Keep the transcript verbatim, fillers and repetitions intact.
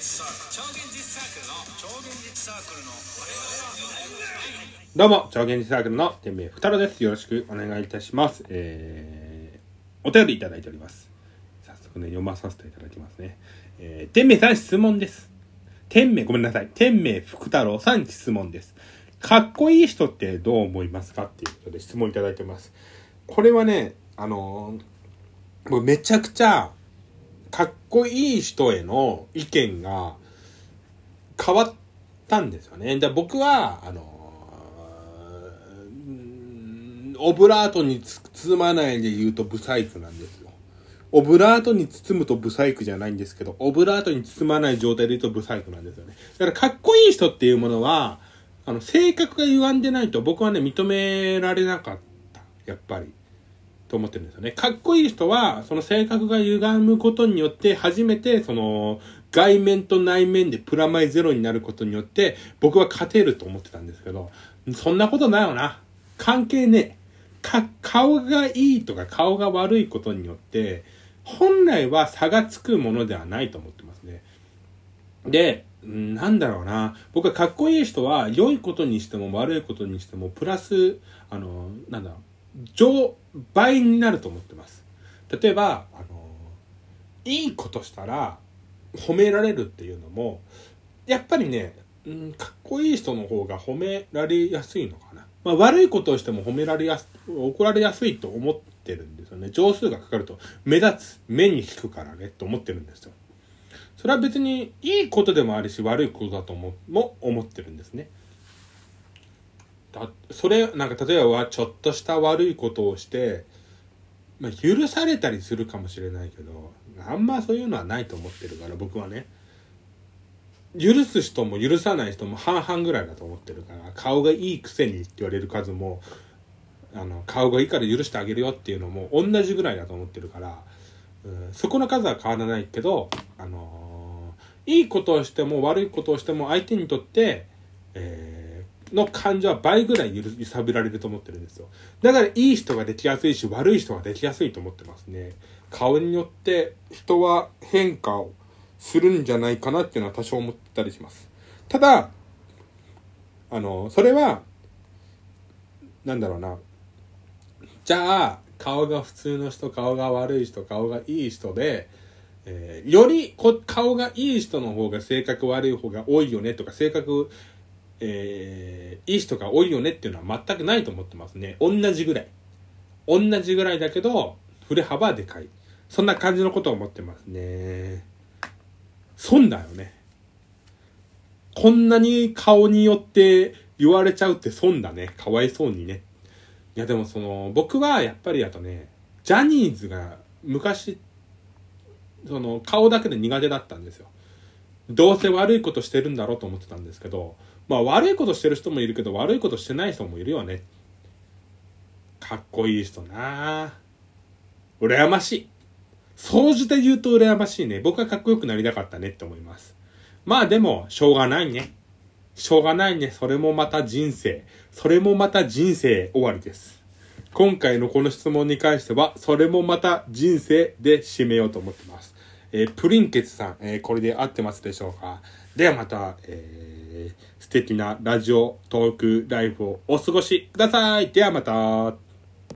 サークル超現実サークルの超現実サークルのどうも超現実サークルの天命ふたろです。よろしくお願いいたします。えー、お便りいただいております。早速ね読まさせていただきますね。えー、天命さん質問です。天命ごめんなさい天命福太郎さん質問です。かっこいい人ってどう思いますかっていうことで質問いただいてます。これはねあのー、もうめちゃくちゃかっこいい人への意見が変わったんですよね。で僕はあのー、オブラートに包まないで言うとブサイクなんですよ。オブラートに包むとブサイクじゃないんですけど、オブラートに包まない状態で言うとブサイクなんですよね。だからかっこいい人っていうものはあの性格が歪んでないと僕はね認められなかったやっぱりと思ってるんですよね。かっこいい人はその性格が歪むことによって初めてその外面と内面でプラマイゼロになることによって僕は勝てると思ってたんですけど、そんなことないよな。関係ねえ。か顔がいいとか顔が悪いことによって本来は差がつくものではないと思ってますね。でなんだろうな、僕はかっこいい人は良いことにしても悪いことにしてもプラスあのなんだろう上倍になると思ってます。例えばあのいいことしたら褒められるっていうのもやっぱりね、うん、かっこいい人の方が褒められやすいのかな。まあ、悪いことをしても褒められやす怒られやすいと思ってるんですよね。上数がかかると目立つ、目に引くからねと思ってるんですよ。それは別にいいことでもあるし悪いことだともも思ってるんですね。だそれなんか例えばちょっとした悪いことをして、まあ、許されたりするかもしれないけどあんまそういうのはないと思ってるから僕はね、許す人も許さない人も半々ぐらいだと思ってるから、顔がいいくせにって言われる数もあの顔がいいから許してあげるよっていうのも同じぐらいだと思ってるから、うん、そこの数は変わらないけど、あのー、いいことをしても悪いことをしても相手にとって、えー、の感情は倍ぐらい揺さぶられると思ってるんですよ。だからいい人ができやすいし悪い人ができやすいと思ってますね。顔によって人は変化をするんじゃないかなっていうのは多少思ったりします。ただあのそれはなんだろうな、じゃあ顔が普通の人、顔が悪い人、顔がいい人で、えー、よりこ顔がいい人の方が性格悪い方が多いよねとか、性格、えー、いい人が多いよねっていうのは全くないと思ってますね。同じぐらい同じぐらいだけど振れ幅はでかい、そんな感じのことを思ってますね。損だよね。こんなに顔によって言われちゃうって損だね。かわいそうにね。いやでもその僕はやっぱりあとね、ジャニーズが昔その顔だけで苦手だったんですよ。どうせ悪いことしてるんだろうと思ってたんですけど、まあ悪いことしてる人もいるけど悪いことしてない人もいるよね。かっこいい人なぁ、羨ましい。総じて言うと羨ましいね。僕はかっこよくなりたかったねって思います。まあでもしょうがないね。しょうがないね。それもまた人生。それもまた人生終わりです。今回のこの質問に関しては、それもまた人生で締めようと思ってます。えー、プリンケツさん、えー、これで合ってますでしょうか。ではまた、えー、素敵なラジオトークライフをお過ごしください。ではまた。